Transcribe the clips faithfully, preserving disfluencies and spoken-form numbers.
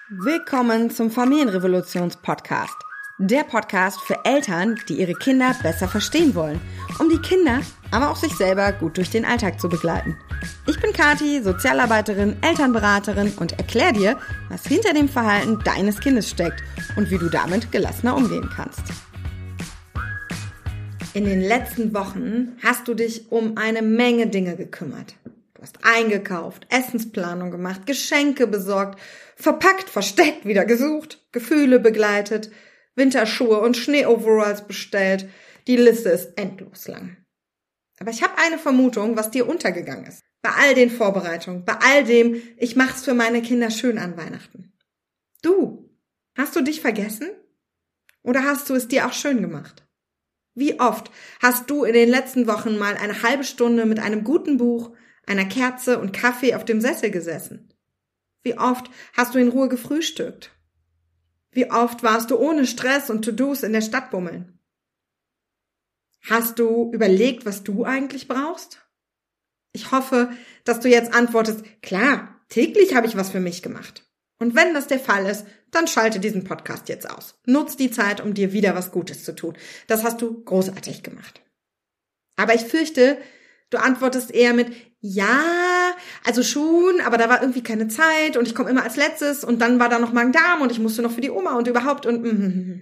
Willkommen zum Familienrevolutions-Podcast. Der Podcast für Eltern, die ihre Kinder besser verstehen wollen, um die Kinder, aber auch sich selber gut durch den Alltag zu begleiten. Ich bin Kathi, Sozialarbeiterin, Elternberaterin und erkläre dir, was hinter dem Verhalten deines Kindes steckt und wie du damit gelassener umgehen kannst. In den letzten Wochen hast du dich um eine Menge Dinge gekümmert. Du hast eingekauft, Essensplanung gemacht, Geschenke besorgt, verpackt, versteckt, wieder gesucht, Gefühle begleitet, Winterschuhe und Schnee-Overalls bestellt. Die Liste ist endlos lang. Aber ich habe eine Vermutung, was dir untergegangen ist. Bei all den Vorbereitungen, bei all dem, ich mach's für meine Kinder schön an Weihnachten. Du, hast du dich vergessen? Oder hast du es dir auch schön gemacht? Wie oft hast du in den letzten Wochen mal eine halbe Stunde mit einem guten Buch, einer Kerze und Kaffee auf dem Sessel gesessen? Wie oft hast du in Ruhe gefrühstückt? Wie oft warst du ohne Stress und To-Dos in der Stadt bummeln? Hast du überlegt, was du eigentlich brauchst? Ich hoffe, dass du jetzt antwortest, klar, täglich habe ich was für mich gemacht. Und wenn das der Fall ist, dann schalte diesen Podcast jetzt aus. Nutz die Zeit, um dir wieder was Gutes zu tun. Das hast du großartig gemacht. Aber ich fürchte, du antwortest eher mit, ja, also schon, aber da war irgendwie keine Zeit und ich komme immer als letztes und dann war da noch Magen-Darm und ich musste noch für die Oma und überhaupt und mm.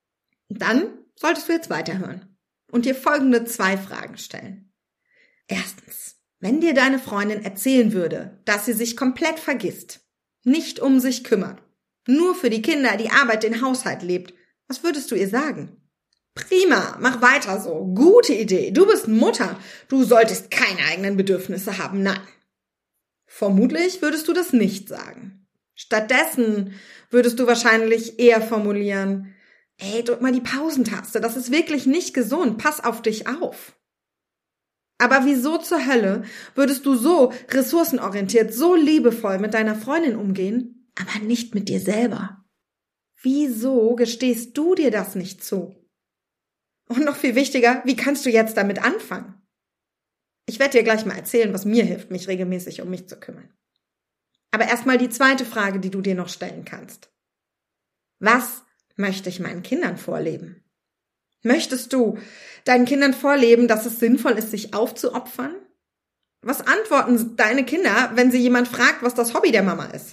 Dann solltest du jetzt weiterhören und dir folgende zwei Fragen stellen. Erstens, wenn dir deine Freundin erzählen würde, dass sie sich komplett vergisst, nicht um sich kümmert, nur für die Kinder, die Arbeit, den Haushalt lebt, was würdest du ihr sagen? Prima, mach weiter so. Gute Idee. Du bist Mutter. Du solltest keine eigenen Bedürfnisse haben. Nein. Vermutlich würdest du das nicht sagen. Stattdessen würdest du wahrscheinlich eher formulieren, ey, drück mal die Pausentaste. Das ist wirklich nicht gesund. Pass auf dich auf. Aber wieso zur Hölle würdest du so ressourcenorientiert, so liebevoll mit deiner Freundin umgehen, aber nicht mit dir selber? Wieso gestehst du dir das nicht zu? Und noch viel wichtiger, wie kannst du jetzt damit anfangen? Ich werde dir gleich mal erzählen, was mir hilft, mich regelmäßig um mich zu kümmern. Aber erstmal die zweite Frage, die du dir noch stellen kannst. Was möchte ich meinen Kindern vorleben? Möchtest du deinen Kindern vorleben, dass es sinnvoll ist, sich aufzuopfern? Was antworten deine Kinder, wenn sie jemand fragt, was das Hobby der Mama ist?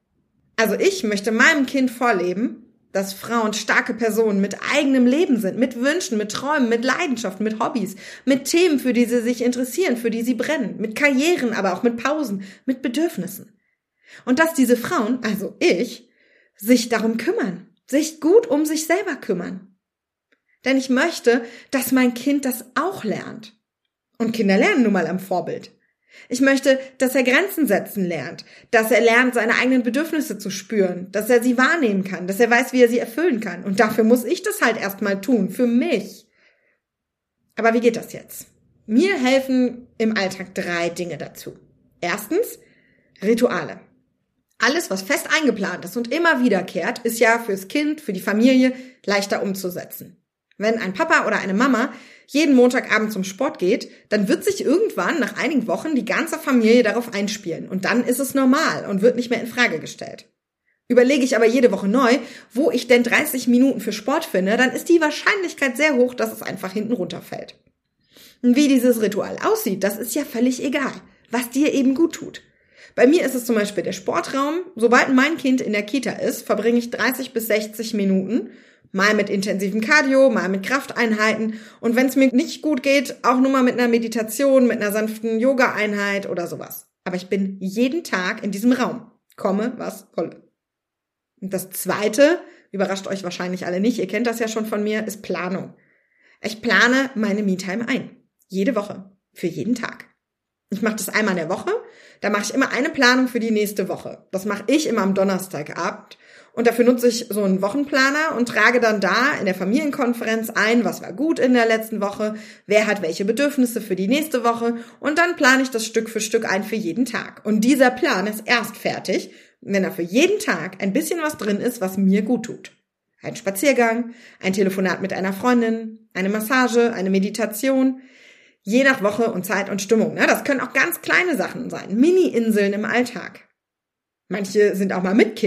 Also ich möchte meinem Kind vorleben, dass Frauen starke Personen mit eigenem Leben sind, mit Wünschen, mit Träumen, mit Leidenschaften, mit Hobbys, mit Themen, für die sie sich interessieren, für die sie brennen, mit Karrieren, aber auch mit Pausen, mit Bedürfnissen. Und dass diese Frauen, also ich, sich darum kümmern, sich gut um sich selber kümmern. Denn ich möchte, dass mein Kind das auch lernt. Und Kinder lernen nun mal am Vorbild. Ich möchte, dass er Grenzen setzen lernt, dass er lernt, seine eigenen Bedürfnisse zu spüren, dass er sie wahrnehmen kann, dass er weiß, wie er sie erfüllen kann. Und dafür muss ich das halt erstmal tun, für mich. Aber wie geht das jetzt? Mir helfen im Alltag drei Dinge dazu. Erstens, Rituale. Alles, was fest eingeplant ist und immer wiederkehrt, ist ja fürs Kind, für die Familie leichter umzusetzen. Wenn ein Papa oder eine Mama jeden Montagabend zum Sport geht, dann wird sich irgendwann nach einigen Wochen die ganze Familie darauf einspielen und dann ist es normal und wird nicht mehr in Frage gestellt. Überlege ich aber jede Woche neu, wo ich denn dreißig Minuten für Sport finde, dann ist die Wahrscheinlichkeit sehr hoch, dass es einfach hinten runterfällt. Und wie dieses Ritual aussieht, das ist ja völlig egal, was dir eben gut tut. Bei mir ist es zum Beispiel der Sportraum. Sobald mein Kind in der Kita ist, verbringe ich dreißig bis sechzig Minuten mal mit intensivem Cardio, mal mit Krafteinheiten und wenn es mir nicht gut geht, auch nur mal mit einer Meditation, mit einer sanften Yoga-Einheit oder sowas. Aber ich bin jeden Tag in diesem Raum, komme, was wolle. Und das Zweite, überrascht euch wahrscheinlich alle nicht, ihr kennt das ja schon von mir, ist Planung. Ich plane meine Me-Time ein, jede Woche, für jeden Tag. Ich mache das einmal in der Woche, da mache ich immer eine Planung für die nächste Woche. Das mache ich immer am Donnerstagabend. Und dafür nutze ich so einen Wochenplaner und trage dann da in der Familienkonferenz ein, was war gut in der letzten Woche, wer hat welche Bedürfnisse für die nächste Woche und dann plane ich das Stück für Stück ein für jeden Tag. Und dieser Plan ist erst fertig, wenn da für jeden Tag ein bisschen was drin ist, was mir gut tut. Ein Spaziergang, ein Telefonat mit einer Freundin, eine Massage, eine Meditation, je nach Woche und Zeit und Stimmung. Das können auch ganz kleine Sachen sein, Mini-Inseln im Alltag. Manche sind auch mal mit Kind.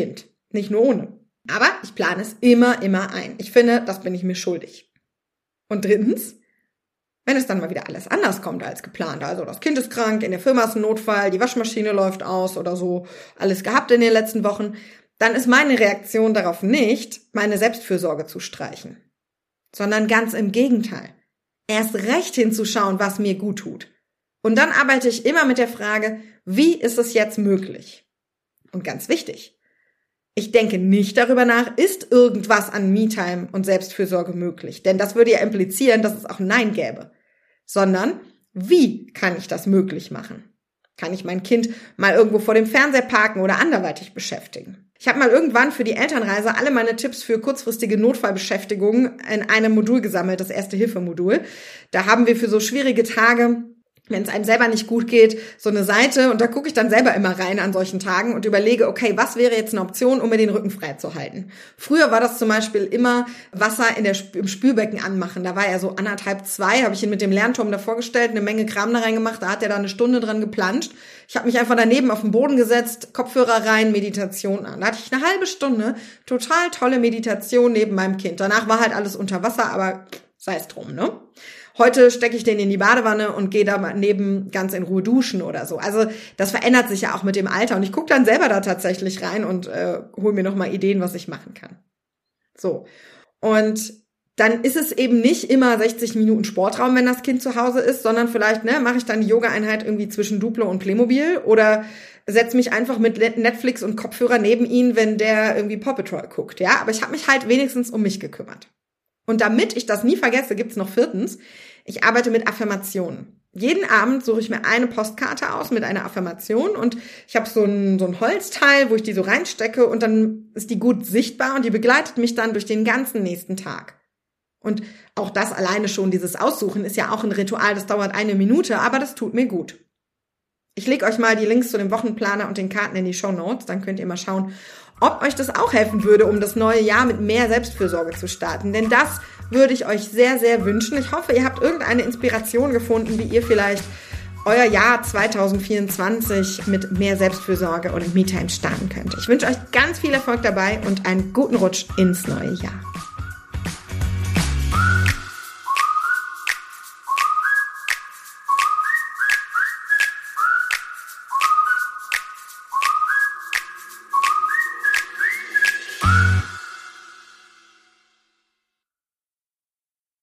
Nicht nur ohne. Aber ich plane es immer, immer ein. Ich finde, das bin ich mir schuldig. Und drittens, wenn es dann mal wieder alles anders kommt als geplant, also das Kind ist krank, in der Firma ist ein Notfall, die Waschmaschine läuft aus oder so, alles gehabt in den letzten Wochen, dann ist meine Reaktion darauf nicht, meine Selbstfürsorge zu streichen, sondern ganz im Gegenteil. Erst recht hinzuschauen, was mir gut tut. Und dann arbeite ich immer mit der Frage, wie ist es jetzt möglich? Und ganz wichtig, ich denke nicht darüber nach, ist irgendwas an Me-Time und Selbstfürsorge möglich? Denn das würde ja implizieren, dass es auch ein Nein gäbe. Sondern, wie kann ich das möglich machen? Kann ich mein Kind mal irgendwo vor dem Fernseher parken oder anderweitig beschäftigen? Ich habe mal irgendwann für die Elternreise alle meine Tipps für kurzfristige Notfallbeschäftigung in einem Modul gesammelt, das Erste-Hilfe-Modul. Da haben wir für so schwierige Tage, wenn es einem selber nicht gut geht, so eine Seite, und da gucke ich dann selber immer rein an solchen Tagen und überlege, okay, was wäre jetzt eine Option, um mir den Rücken frei zu halten? Früher war das zum Beispiel immer Wasser in der, im Spülbecken anmachen. Da war er so anderthalb, zwei, habe ich ihn mit dem Lernturm davor gestellt, eine Menge Kram da reingemacht, da hat er da eine Stunde dran geplanscht. Ich habe mich einfach daneben auf den Boden gesetzt, Kopfhörer rein, Meditation an. Da hatte ich eine halbe Stunde, total tolle Meditation neben meinem Kind. Danach war halt alles unter Wasser, aber sei es drum, ne? Heute stecke ich den in die Badewanne und gehe da neben ganz in Ruhe duschen oder so. Also das verändert sich ja auch mit dem Alter. Und ich gucke dann selber da tatsächlich rein und äh, hole mir nochmal Ideen, was ich machen kann. So. Und dann ist es eben nicht immer sechzig Minuten Sportraum, wenn das Kind zu Hause ist, sondern vielleicht ne, mache ich dann die Yoga-Einheit irgendwie zwischen Duplo und Playmobil oder setze mich einfach mit Netflix und Kopfhörer neben ihn, wenn der irgendwie Paw Patrol guckt. Ja, aber ich habe mich halt wenigstens um mich gekümmert. Und damit ich das nie vergesse, gibt's noch viertens, ich arbeite mit Affirmationen. Jeden Abend suche ich mir eine Postkarte aus mit einer Affirmation und ich habe so ein, so ein Holzteil, wo ich die so reinstecke und dann ist die gut sichtbar und die begleitet mich dann durch den ganzen nächsten Tag. Und auch das alleine schon, dieses Aussuchen, ist ja auch ein Ritual, das dauert eine Minute, aber das tut mir gut. Ich lege euch mal die Links zu dem Wochenplaner und den Karten in die Shownotes, dann könnt ihr mal schauen, ob euch das auch helfen würde, um das neue Jahr mit mehr Selbstfürsorge zu starten. Denn das würde ich euch sehr, sehr wünschen. Ich hoffe, ihr habt irgendeine Inspiration gefunden, wie ihr vielleicht euer Jahr zwanzig vierundzwanzig mit mehr Selbstfürsorge und Me-Time starten könnt. Ich wünsche euch ganz viel Erfolg dabei und einen guten Rutsch ins neue Jahr.